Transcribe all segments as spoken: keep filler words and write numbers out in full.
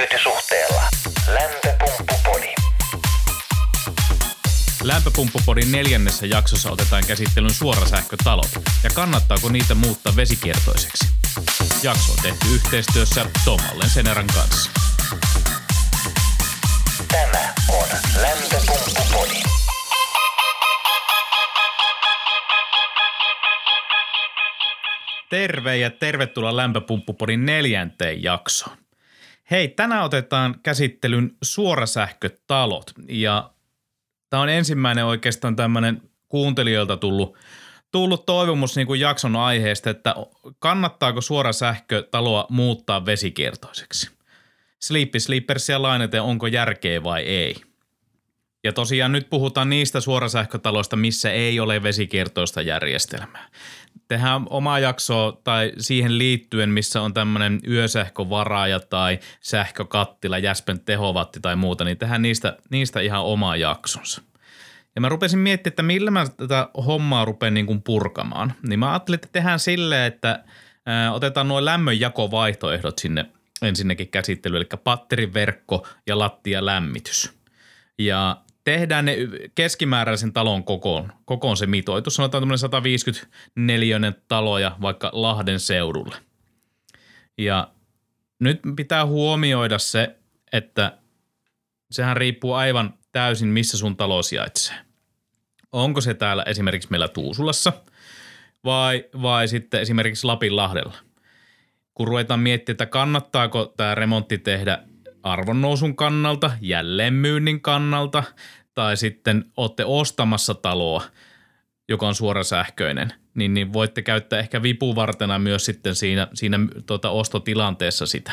hyötysuhteella. Lämpöpumppupodi. Lämpöpumppupodin neljännessä jaksossa otetaan käsittelyn suorasähkötalot ja kannattaako niitä muuttaa vesikiertoiseksi. Jakso on tehty yhteistyössä Tom Allen-Seneran kanssa. Tämä on Lämpöpumppupodi. Terve ja tervetuloa Lämpöpumppupodin neljänteen jaksoon. Hei, tänään otetaan käsittelyn suorasähkötalot ja tämä on ensimmäinen oikeastaan tämmöinen kuuntelijoilta tullut, tullut toivomus niin kuin jakson aiheesta, että kannattaako suorasähkötaloa muuttaa vesikiertoiseksi. Sleepy Sleepersia lainaten, onko järkeä vai ei. Ja tosiaan nyt puhutaan niistä suorasähkötaloista, missä ei ole vesikiertoista järjestelmää. Tehdään oma jaksoa tai siihen liittyen, missä on tämmöinen yösähkövaraaja tai sähkökattila, Jäspen tehovatti tai muuta, niin tehdään niistä, niistä ihan oma jaksonsa. Ja mä rupesin miettimään, että millä mä tätä hommaa rupean niin kuin purkamaan. Niin mä ajattelin, että tehdään silleen, että ää, otetaan nuo lämmönjakovaihtoehdot sinne ensinnäkin käsittelyyn, eli patteriverkko ja lattialämmitys. Ja tehdään ne keskimääräisen talon kokoon, kokoon se mitoitus. Sanotaan tämmöinen sata viisikymmentäneljä taloja vaikka Lahden seudulle. Ja nyt pitää huomioida se, että sehän riippuu aivan täysin, missä sun talo sijaitsee. Onko se täällä esimerkiksi meillä Tuusulassa vai, vai sitten esimerkiksi Lapinlahdella. Kun ruvetaan miettimään, että kannattaako tämä remontti tehdä arvonnousun kannalta, jälleenmyynnin kannalta tai sitten olette ostamassa taloa, joka on suorasähköinen, niin, niin voitte käyttää ehkä vipuvartena myös sitten siinä, siinä tuota, ostotilanteessa sitä.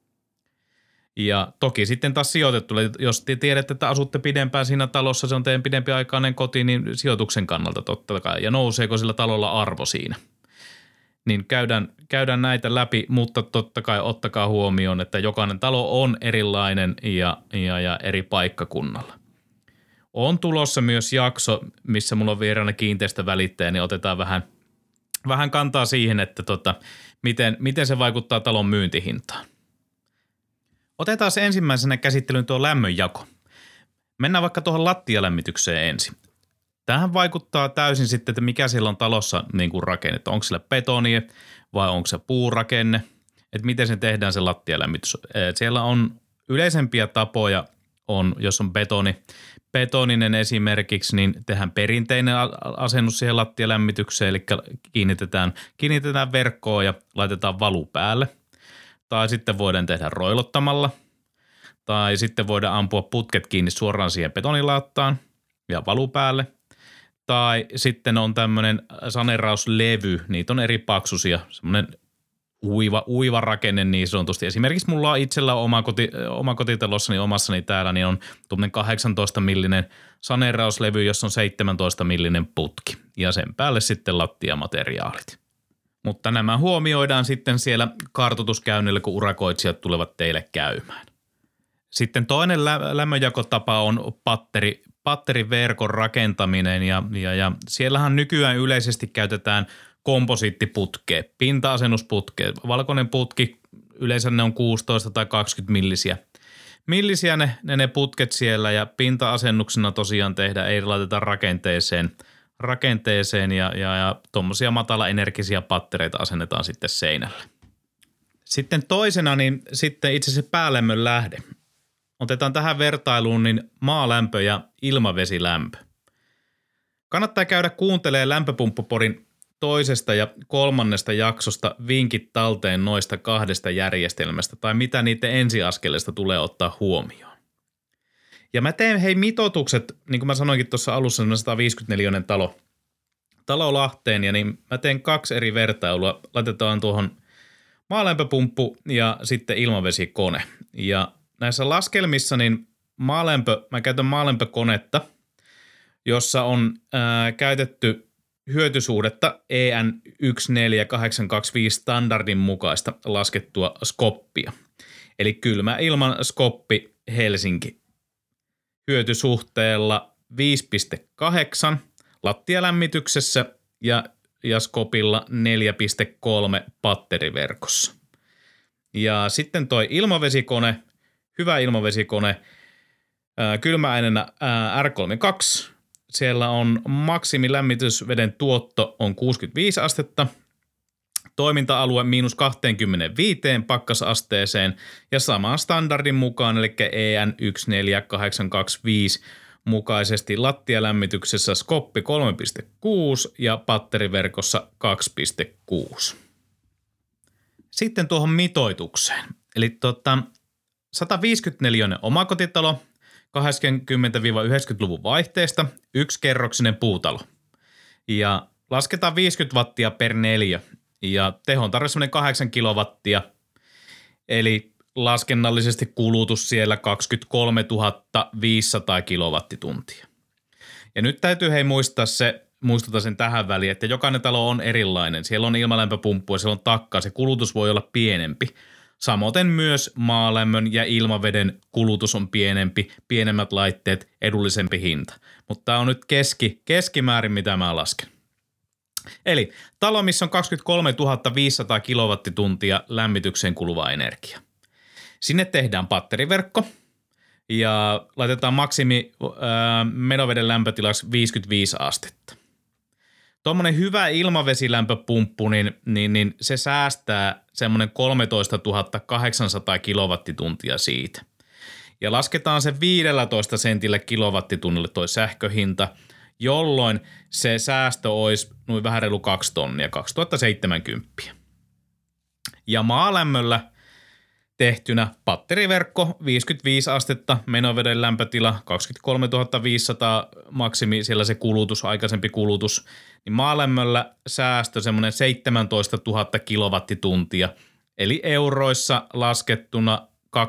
Ja toki sitten taas sijoitettu, jos te tiedätte, että asutte pidempään siinä talossa, se on teidän pidempiaikainen koti, niin sijoituksen kannalta totta kai. Ja nouseeko sillä talolla arvo siinä? Niin käydään, käydään näitä läpi, mutta totta kai ottakaa huomioon, että jokainen talo on erilainen ja, ja, ja eri paikkakunnalla. On tulossa myös jakso, missä mulla on vieraana kiinteistövälittäjä, niin otetaan vähän, vähän kantaa siihen, että tota, miten, miten se vaikuttaa talon myyntihintaan. Otetaan se ensimmäisenä käsittelyyn tuo lämmönjako. Mennään vaikka tuohon lattialämmitykseen ensin. Tämähän vaikuttaa täysin sitten, että mikä siellä on talossa niin kuin rakenne. Onko siellä betonia vai onko se puurakenne, että miten se tehdään se lattialämmitys. Siellä on yleisempiä tapoja, on, jos on betoni, betoninen esimerkiksi, niin tehdään perinteinen asennus siihen lattialämmitykseen, eli kiinnitetään, kiinnitetään verkkoon ja laitetaan valu päälle. Tai sitten voidaan tehdä roilottamalla, tai sitten voidaan ampua putket kiinni suoraan siihen betonilaattaan ja valu päälle. Tai sitten on tämmöinen saneerauslevy, niitä on eri paksuisia, semmoinen uiva, uiva rakenne niin sanotusti. Esimerkiksi mulla on itsellä oma, koti, oma kotitalossani omassani täällä, niin on tuommoinen kahdeksantoista millinen saneerauslevy, jossa on seitsemäntoista millinen putki ja sen päälle sitten lattiamateriaalit. Mutta nämä huomioidaan sitten siellä kartoituskäynnillä, kun urakoitsijat tulevat teille käymään. Sitten toinen lä- lämmönjakotapa on patteri, patteriverkon rakentaminen ja, ja, ja siellähän nykyään yleisesti käytetään komposiittiputkea, pinta-asennusputkea. Valkoinen putki, yleensä ne on kuusitoista tai kaksikymmentä millisiä. Millisiä ne, ne, ne putket siellä ja pinta-asennuksena tosiaan tehdään, ei laiteta rakenteeseen, rakenteeseen ja, ja, ja tuommoisia matala-energisiä pattereita asennetaan sitten seinälle. Sitten toisena niin sitten itse asiassa päälämmön lähde. Otetaan tähän vertailuun niin maalämpö ja ilmavesilämpö. Kannattaa käydä kuuntelemaan Lämpöpumppupodin toisesta ja kolmannesta jaksosta vinkit talteen noista kahdesta järjestelmästä tai mitä niiden ensiaskeleista tulee ottaa huomioon. Ja mä teen hei mitoitukset, niin kuin mä sanoinkin tuossa alussa, sata viisikymmentäneljä talo, talo Lahteen ja niin mä teen kaksi eri vertailua. Laitetaan tuohon maalämpöpumppu ja sitten ilmavesikone ja näissä laskelmissa niin maalämpö, mä käytän maalämpökonetta, jossa on ää, käytetty hyötysuhdetta E N yksi neljä kahdeksan kaksi viisi standardin mukaista laskettua skoppia. Eli kylmä ilman skoppi Helsinki. Hyötysuhteella viisi pilkku kahdeksan lattialämmityksessä ja, ja skopilla neljä pilkku kolme patteriverkossa. Ja sitten toi ilmavesikone hyvä ilmavesikone, kylmääinenä R kolmekymmentäkaksi. Siellä on maksimilämmitysveden tuotto on kuusikymmentäviisi astetta, toiminta-alue miinus kaksikymmentäviisi pakkasasteeseen ja saman standardin mukaan, eli E N yksi neljä kahdeksan kaksi viisi mukaisesti lattialämmityksessä skoppi kolme pilkku kuusi ja patteriverkossa kaksi pilkku kuusi. Sitten tuohon mitoitukseen. Eli tota, sataviisikymmentäneljä omakotitalo kahdeksankymmentä-yhdeksänkymmentäluvun vaihteesta, yksikerroksinen puutalo. Ja lasketaan viisikymmentä wattia per neliö ja tehon tarve semmoinen kahdeksan kilowattia, eli laskennallisesti kulutus siellä kaksikymmentäkolmetuhatta viisisataa kilowattituntia. Ja nyt täytyy hei muistaa se, muistuta sen tähän väliin, että jokainen talo on erilainen. Siellä on ilmalämpöpumppu ja siellä on takka, se kulutus voi olla pienempi. Samoin myös maalämmön ja ilmaveden kulutus on pienempi, pienemmät laitteet, edullisempi hinta. Mutta tämä on nyt keski, keskimäärin, mitä mä lasken. Eli talo, missä on kaksikymmentäkolmetuhatta viisisataa kilowattituntia lämmitykseen kuluvaa energiaa. Sinne tehdään patteriverkko ja laitetaan maksimi ää, menoveden lämpötilaksi viisikymmentäviisi astetta. Tuommoinen hyvä ilmavesilämpöpumppu, niin, niin, niin se säästää semmoinen kolmetoistatuhatta kahdeksansataa kilowattituntia siitä. Ja lasketaan se viisitoista sentille kilowattitunnille toi sähköhinta, jolloin se säästö olisi noin vähän reilu kaksi tonnia, kaksituhattaseitsemänkymmentä. Ja maalämmöllä tehtynä patteriverkko viisikymmentäviisi astetta, menoveden lämpötila kaksikymmentäkolmetuhatta viisisataa maksimi, siellä se kulutus, aikaisempi kulutus, niin maalämmöllä säästö semmoinen seitsemäntoistatuhatta kilowattituntia, eli euroissa laskettuna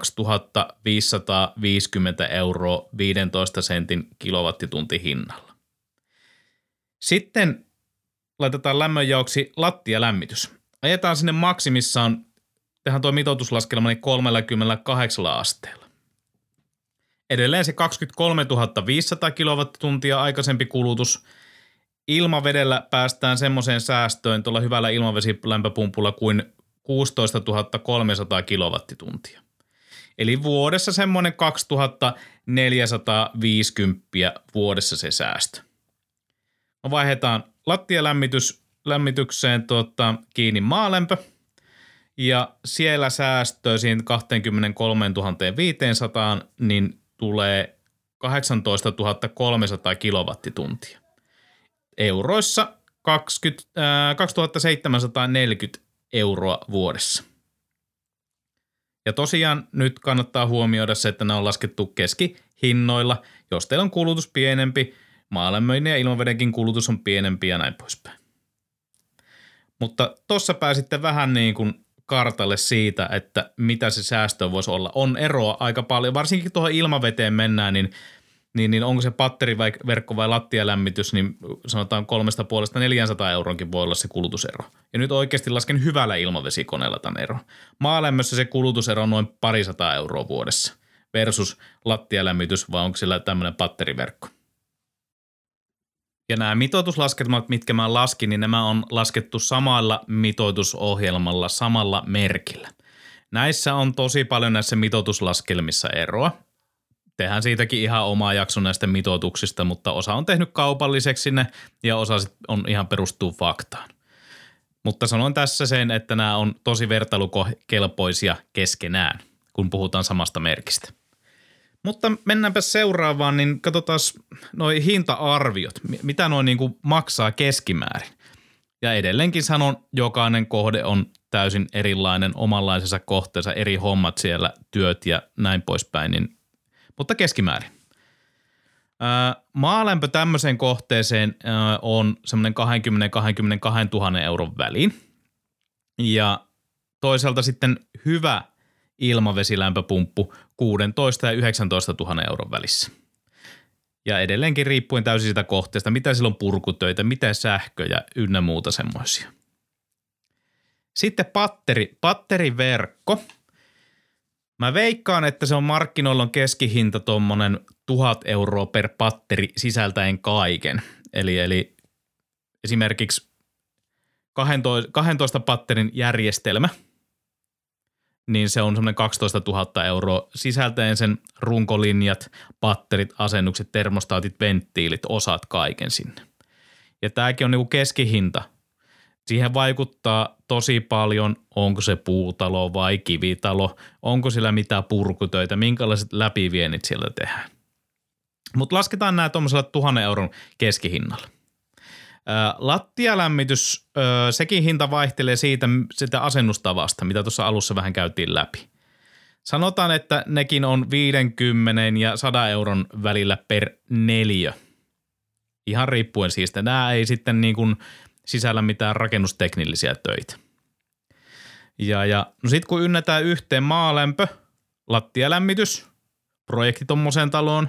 kaksituhattaviisisataaviisikymmentä euroa viisitoista sentin kilowattitunti hinnalla. Sitten laitetaan lämmönjaoksi lattialämmitys. Ajetaan sinne maksimissaan, tehdään tuo mitoituslaskelma niin kolmekymmentäkahdeksan asteella. Edelleen se kaksikymmentäkolmetuhatta viisisataa kilowattituntia aikaisempi kulutus. Ilmavedellä päästään semmoiseen säästöön tuolla hyvällä ilmavesilämpöpumpulla kuin kuusitoistatuhatta kolmesataa kilowattituntia. Eli vuodessa semmoinen kaksituhattaneljäsataaviisikymmentä vuodessa se säästö. No vaihdetaan lattialämmitys lämmitykseen tuota, kiinni maalämpö. Ja siellä säästöä siinä kaksikymmentäkolmetuhatta viisisataa, niin tulee kahdeksantoistatuhatta kolmesataa kilowattituntia. Euroissa kaksikymmentä, äh, kaksituhattaseitsemänsataaneljäkymmentä euroa vuodessa. Ja tosiaan nyt kannattaa huomioida se, että nämä on laskettu keskihinnoilla. Jos teillä on kulutus pienempi, maalämmön ja ilmavedenkin kulutus on pienempi ja näin poispäin. Mutta tuossa pääsitte vähän niin kuin kartalle siitä, että mitä se säästö voisi olla. On eroa aika paljon, varsinkin tuohon ilmaveteen mennään, niin, niin, niin onko se patteriverkko vai lattialämmitys, niin sanotaan kolmesta puolesta neljäsataa euronkin voi olla se kulutusero. Ja nyt oikeasti lasken hyvällä ilmavesikoneella tämän eron. Maalämmössä se kulutusero on noin parisataa euroa vuodessa versus lattialämmitys, vai onko sillä tämmöinen patteriverkko. Ja nämä mitoituslaskelmat, mitkä mä laskin, niin nämä on laskettu samalla mitoitusohjelmalla, samalla merkillä. Näissä on tosi paljon näissä mitoituslaskelmissa eroa. Tehdään siitäkin ihan oma jakso näistä mitoituksista, mutta osa on tehnyt kaupalliseksi sinne ja osa on ihan perustuu faktaan. Mutta sanon tässä sen, että nämä on tosi vertailukelpoisia keskenään, kun puhutaan samasta merkistä. Mutta mennäänpä seuraavaan, niin katsotaan noi hinta-arviot, mitä noin niin kuin maksaa keskimäärin. Ja edelleenkin sanon, jokainen kohde on täysin erilainen, omanlaisensa kohteensa, eri hommat siellä, työt ja näin poispäin, niin, mutta keskimäärin. Ää, maalämpö tämmöiseen kohteeseen ää, on semmoinen kaksikymmentä kaksikymmentäkaksituhatta euron väliin. Ja toisaalta sitten hyvä ilmavesilämpöpumppu kuusitoista ja yhdeksäntoista tuhatta euron välissä. Ja edelleenkin riippuen täysin sitä kohteesta, mitä silloin purkutöitä, mitä sähköjä ynnä muuta semmoisia. Sitten patteri, patteriverkko. Mä veikkaan, että se on markkinoilla on keskihinta tommonen tuhat euroa per patteri sisältäen kaiken. Eli, eli esimerkiksi kaksitoista patterin järjestelmä, niin se on semmoinen kaksitoistatuhatta euroa sisältäen sen runkolinjat, patterit, asennukset, termostaatit, venttiilit, osat kaiken sinne. Ja tämäkin on niinku keskihinta. Siihen vaikuttaa tosi paljon, onko se puutalo vai kivitalo, onko sillä mitä purkutöitä, minkälaiset läpiviennit siellä tehdään. Mutta lasketaan nämä tuommoisella tuhannen euron keskihinnalla. Ää, lattialämmitys, ää, sekin hinta vaihtelee siitä sitä asennustavasta, mitä tuossa alussa vähän käytiin läpi. Sanotaan, että nekin on viisikymmentä ja sata euron välillä per neliö. Ihan riippuen siitä. Nämä ei sitten niin kuin sisällä mitään rakennusteknillisiä töitä. Ja, ja no sit kun ynnätään yhteen maalämpö, lattialämmitys, projekti tommoseen taloon,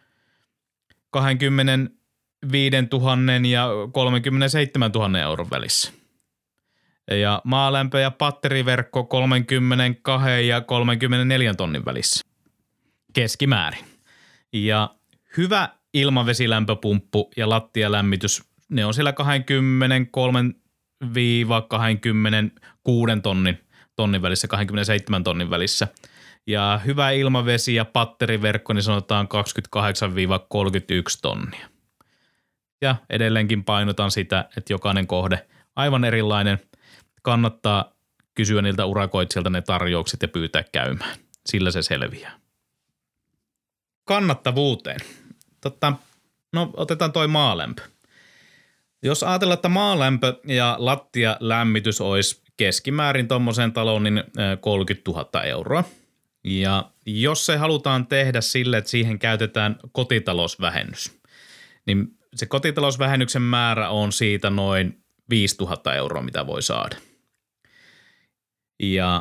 kaksikymmentäviisituhatta ja kolmekymmentäseitsemäntuhatta euron välissä. Ja maalämpö ja patteriverkko kolmekymmentäkaksi ja kolmekymmentäneljä tonnin välissä. Keskimäärin. Ja hyvä ilmavesilämpöpumppu ja lattialämmitys, ne on siellä kaksikymmentäkolme kaksikymmentäkuusi tonnin, tonnin välissä, kaksikymmentäseitsemän tonnin välissä. Ja hyvä ilmavesi ja patteriverkko, niin sanotaan kaksikymmentäkahdeksan kolmekymmentäyksi tonnia. Ja edelleenkin painotan sitä, että jokainen kohde aivan erilainen. Kannattaa kysyä niiltä urakoitsijoilta ne tarjoukset ja pyytää käymään. Sillä se selviää. Kannattavuuteen. Totta, no otetaan toi maalämpö. Jos ajatellaan, että maalämpö ja lattialämmitys olisi keskimäärin tuommoiseen taloon, niin kolmekymmentätuhatta euroa. Ja jos se halutaan tehdä sille, että siihen käytetään kotitalousvähennys, niin se kotitalousvähennyksen määrä on siitä noin viisituhatta euroa, mitä voi saada. Ja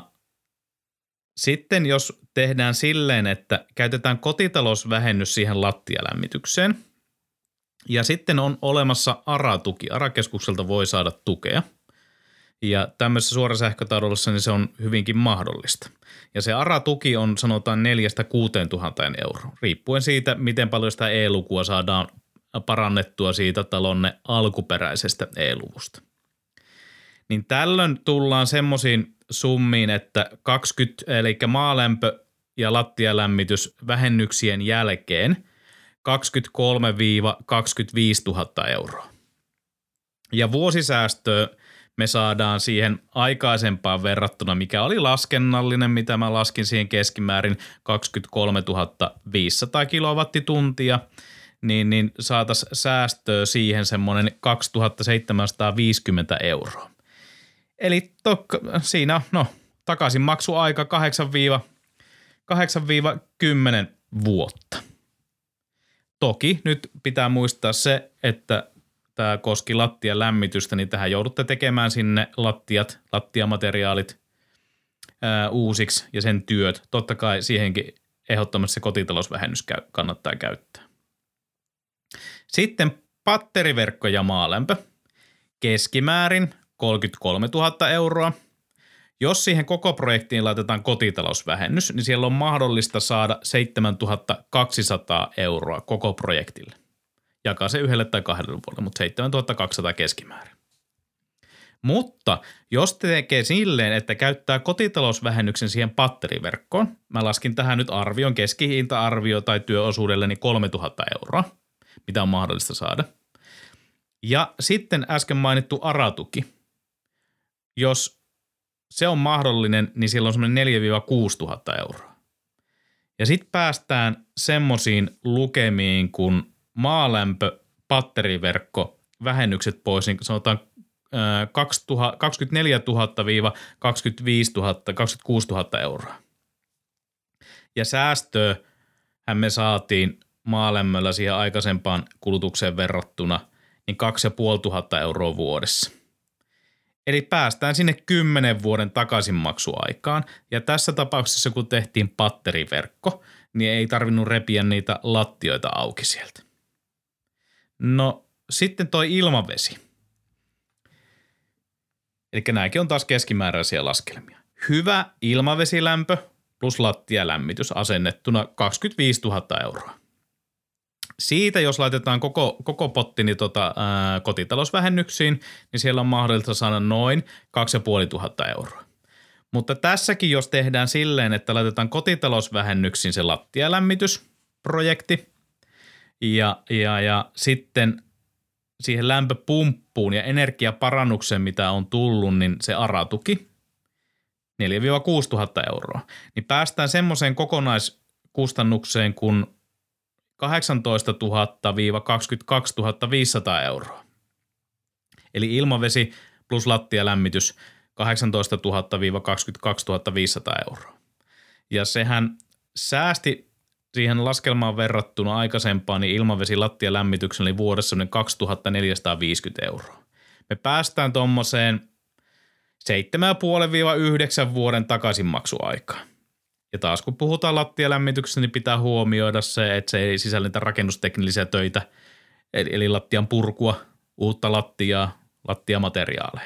sitten jos tehdään silleen, että käytetään kotitalousvähennys siihen lattialämmitykseen ja sitten on olemassa A R A-tuki, A R A-keskukselta voi saada tukea ja tämmöisessä suorasähkötaloudessa niin se on hyvinkin mahdollista. Ja se A R A-tuki on sanotaan neljästä kuuteen tuhanteen euroa, riippuen siitä, miten paljon sitä E-lukua saadaan parannettua siitä talonne alkuperäisestä E-luvusta. Niin tällöin tullaan semmoisiin summiin, että kaksikymmentä, eli maalämpö ja lattialämmitys vähennyksien jälkeen kaksikymmentäkolme kaksikymmentäviisi tuhatta euroa. Ja vuosisäästöä me saadaan siihen aikaisempaan verrattuna, mikä oli laskennallinen, mitä mä laskin siihen keskimäärin kaksikymmentäkolmetuhatta viisisataa kilowattituntia, niin, niin saataisiin säästöä siihen semmoinen kaksituhattaseitsemänsataaviisikymmentä euroa. Eli tok, siinä no, takaisinmaksuaika kahdeksan kymmenen vuotta. Toki nyt pitää muistaa se, että tämä koski lattialämmitystä, niin tähän joudutte tekemään sinne lattiat, lattiamateriaalit ää, uusiksi ja sen työt. Totta kai siihenkin ehdottomasti se kotitalousvähennys käy, kannattaa käyttää. Sitten patteriverkko ja maalämpö. Keskimäärin kolmekymmentäkolmetuhatta euroa. Jos siihen koko projektiin laitetaan kotitalousvähennys, niin siellä on mahdollista saada seitsemäntuhatta kaksisataa euroa koko projektille. Jakaa se yhdelle tai kahdelle vuodelle, mutta seitsemäntuhatta kaksisataa keskimäärin. Mutta jos te tekee silleen, että käyttää kotitalousvähennyksen siihen patteriverkkoon, mä laskin tähän nyt arvion, keskihinta-arvio tai työosuudelleni kolmetuhatta euroa, mitä on mahdollista saada. Ja sitten äsken mainittu A R A-tuki. Jos se on mahdollinen, niin siellä on semmoinen neljä kuusi tuhatta euroa. Ja sitten päästään semmoisiin lukemiin kuin maalämpö, patteriverkko, vähennykset pois, niin sanotaan kaksikymmentäneljätuhatta kaksikymmentäviisituhatta, kaksikymmentäkuusituhatta euroa. Ja säästöä me saatiin maalämmöllä siihen aikaisempaan kulutukseen verrattuna niin kaksituhattaviisisataa euroa vuodessa. Eli päästään sinne kymmenen vuoden takaisinmaksuaikaan ja tässä tapauksessa kun tehtiin patteriverkko, niin ei tarvinnut repiä niitä lattioita auki sieltä. No sitten toi ilmavesi. Eli nämäkin on taas keskimääräisiä laskelmia. Hyvä ilmavesilämpö plus lattialämmitys asennettuna kaksikymmentäviisituhatta euroa. Siitä jos laitetaan koko, koko potti niin tota, ää, kotitalousvähennyksiin, niin siellä on mahdollista saada noin kaksituhattaviisisataa euroa. Mutta tässäkin, jos tehdään silleen, että laitetaan kotitalousvähennyksiin se lattialämmitysprojekti ja, ja, ja sitten siihen lämpöpumppuun ja energiaparannukseen, mitä on tullut, niin se ARA-tuki, neljä kuusi tuhatta euroa, niin päästään semmoiseen kokonaiskustannukseen kuin kahdeksantoistatuhatta – kaksikymmentäkaksituhatta viisisataa euroa. Eli ilmavesi plus lattialämmitys kahdeksantoistatuhatta – kaksikymmentäkaksituhatta viisisataa euroa. Ja sehän säästi siihen laskelmaan verrattuna aikaisempaan niin ilmavesi lattialämmityksen oli vuodessa kaksituhatta neljäsataaviisikymmentä euroa. Me päästään tuommoiseen seitsemän pilkku viisi – yhdeksän vuoden takaisinmaksuaikaan. Ja taas kun puhutaan lattialämmityksestä, niin pitää huomioida se, että se ei sisällä niitä rakennusteknillisiä töitä, eli lattian purkua, uutta lattiaa, lattiamateriaaleja.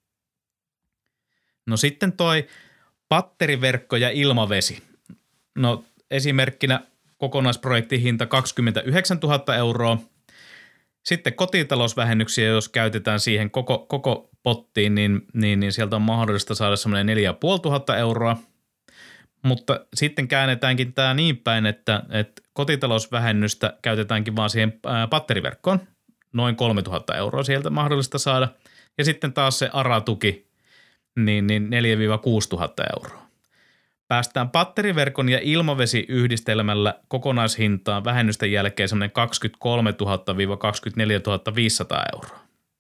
No sitten toi patteriverkko ja ilmavesi. No esimerkkinä kokonaisprojektin hinta kaksikymmentäyhdeksäntuhatta euroa. Sitten kotitalousvähennyksiä, jos käytetään siihen koko, koko pottiin, niin, niin, niin sieltä on mahdollista saada semmoinen neljä ja puoli tuhatta euroa. Mutta sitten käännetäänkin tämä niin päin, että, että kotitalousvähennystä käytetäänkin vaan siihen patteriverkkoon. Noin kolmetuhatta euroa sieltä mahdollista saada. Ja sitten taas se ARA-tuki, niin, niin neljä kuusi tuhatta euroa. Päästään patteriverkon ja ilmavesiyhdistelmällä kokonaishintaan vähennysten jälkeen semmoinen kaksikymmentäkolmetuhatta – kaksikymmentäneljätuhatta viisisataa euroa.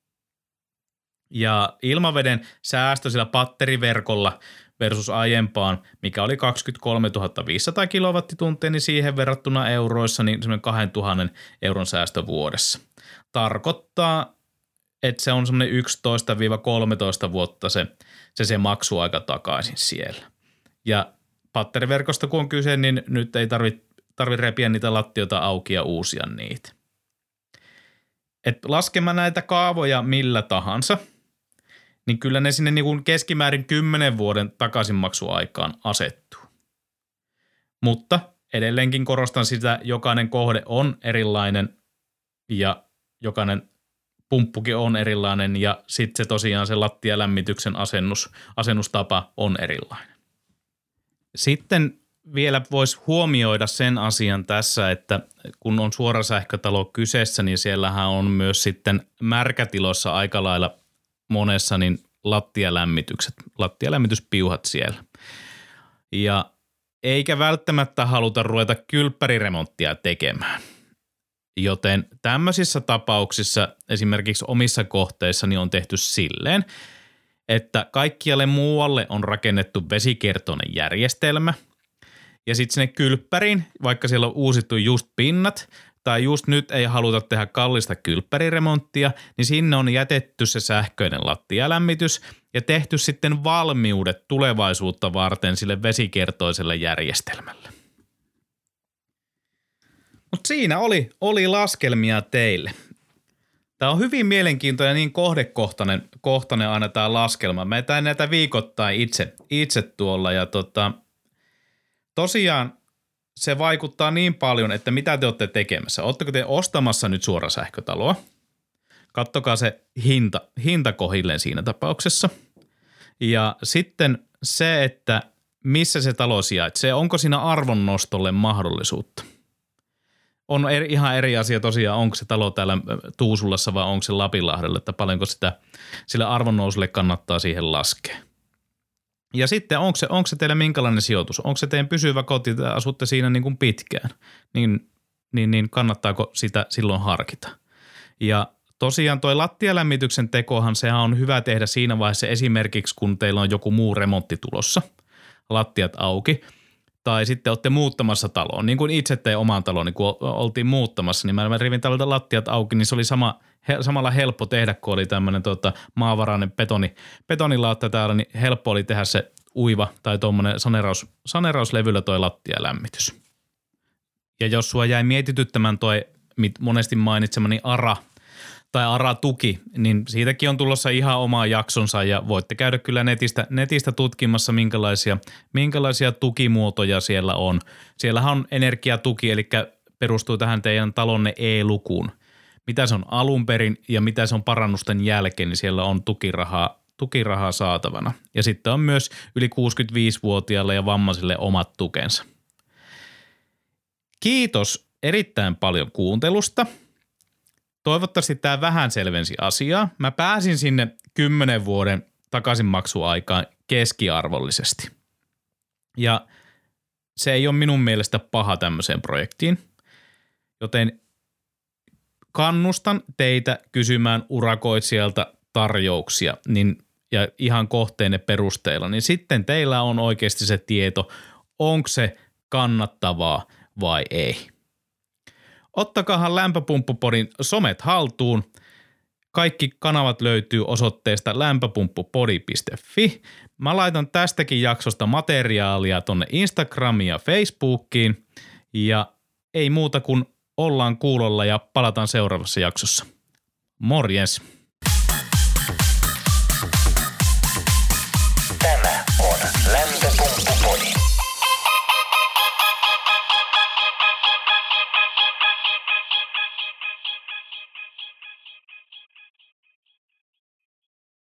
Ja ilmaveden säästö sillä patteriverkolla versus aiempaan, mikä oli kaksikymmentäkolmetuhatta viisisataa kilowattituntia, niin siihen verrattuna euroissa niin semmoinen kaksituhatta euron säästö vuodessa. Tarkoittaa, että se on semmoinen yksitoista kolmetoista vuotta se, se, se maksuaika takaisin siellä. Ja patteriverkosta kun on kyse, niin nyt ei tarvitse tarvi repiä niitä lattioita auki ja uusia niitä. Et laskema näitä kaavoja millä tahansa, niin kyllä ne sinne niin kuin keskimäärin kymmenen vuoden takaisinmaksuaikaan asettuu. Mutta edelleenkin korostan sitä, jokainen kohde on erilainen ja jokainen pumppukin on erilainen ja sitten se tosiaan se lattialämmityksen asennus, asennustapa on erilainen. Sitten vielä voisi huomioida sen asian tässä, että kun on suorasähkötalo kyseessä, niin siellähän on myös sitten märkätiloissa aika lailla monessa niin lattialämmitykset, lattialämmityspiuhat siellä. Ja eikä välttämättä haluta ruveta kylppäriremonttia tekemään. Joten tämmöisissä tapauksissa esimerkiksi omissa kohteissani on tehty silleen, että kaikkialle muualle on rakennettu vesikiertoinen järjestelmä ja sitten sinne kylppäriin, vaikka siellä on uusittu just pinnat tai just nyt ei haluta tehdä kallista kylppäriremonttia, niin sinne on jätetty se sähköinen lattialämmitys ja tehty sitten valmiudet tulevaisuutta varten sille vesikiertoiselle järjestelmälle. Mutta siinä oli, oli laskelmia teille. Tämä on hyvin mielenkiintoinen ja niin kohdekohtainen kohtainen aina tämä laskelma. Mä etän näitä viikoittain itse, itse tuolla ja tota, tosiaan se vaikuttaa niin paljon, että mitä te olette tekemässä. Oletteko te ostamassa nyt suorasähkötaloa? Kattokaa se hinta, hinta kohilleen siinä tapauksessa. Ja sitten se, että missä se talo sijaitsee, onko siinä arvonnostolle mahdollisuutta. On eri, ihan eri asia tosiaan, onko se talo täällä Tuusulassa vai onko se Lapinlahdella, että paljonko sitä sille arvonnousulle kannattaa siihen laskea. Ja sitten onko se, onko se teillä minkälainen sijoitus, onko se teidän pysyvä koti, tai asutte siinä niin kuin pitkään, niin, niin, niin kannattaako sitä silloin harkita. Ja tosiaan toi lattialämmityksen tekohan sehän on hyvä tehdä siinä vaiheessa esimerkiksi, kun teillä on joku muu remontti tulossa, lattiat auki, tai sitten olette muuttamassa taloon, niin kuin itse tein omaan taloon, niin kun oltiin muuttamassa, niin mä rivin tältä lattiat auki, niin se oli sama, he, samalla helppo tehdä, kun oli tämmöinen tota, maavarainen betoni, betonilaatta täällä, niin helppo oli tehdä se uiva tai tuommoinen saneraus, sanerauslevyllä toi lattialämmitys. Ja jos sua jäi mietityttämään toi monesti mainitsemani ARA tai ARA-tuki, niin siitäkin on tulossa ihan oma jaksonsa ja voitte käydä kyllä netistä, netistä tutkimassa, minkälaisia, minkälaisia tukimuotoja siellä on. Siellähän on energiatuki, eli perustuu tähän teidän talonne E-lukuun. Mitä se on alun perin ja mitä se on parannusten jälkeen, niin siellä on tukirahaa tukirahaa saatavana. Ja sitten on myös yli kuusikymmentäviisivuotiaille ja vammaisille omat tukensa. Kiitos erittäin paljon kuuntelusta. Toivottavasti tämä vähän selvensi asiaa. Mä pääsin sinne kymmenen vuoden takaisinmaksuaikaan keskiarvollisesti. Ja se ei ole minun mielestä paha tämmöiseen projektiin, joten kannustan teitä kysymään urakoitsijalta tarjouksia niin, ja ihan kohteenne perusteella, niin sitten teillä on oikeasti se tieto, onko se kannattavaa vai ei. Ottakaahan Lämpöpumppupodin somet haltuun. Kaikki kanavat löytyy osoitteesta lämpöpumppupodi piste fi. Mä laitan tästäkin jaksosta materiaalia tonne Instagramiin ja Facebookiin. Ja ei muuta kuin ollaan kuulolla ja palataan seuraavassa jaksossa. Morjens!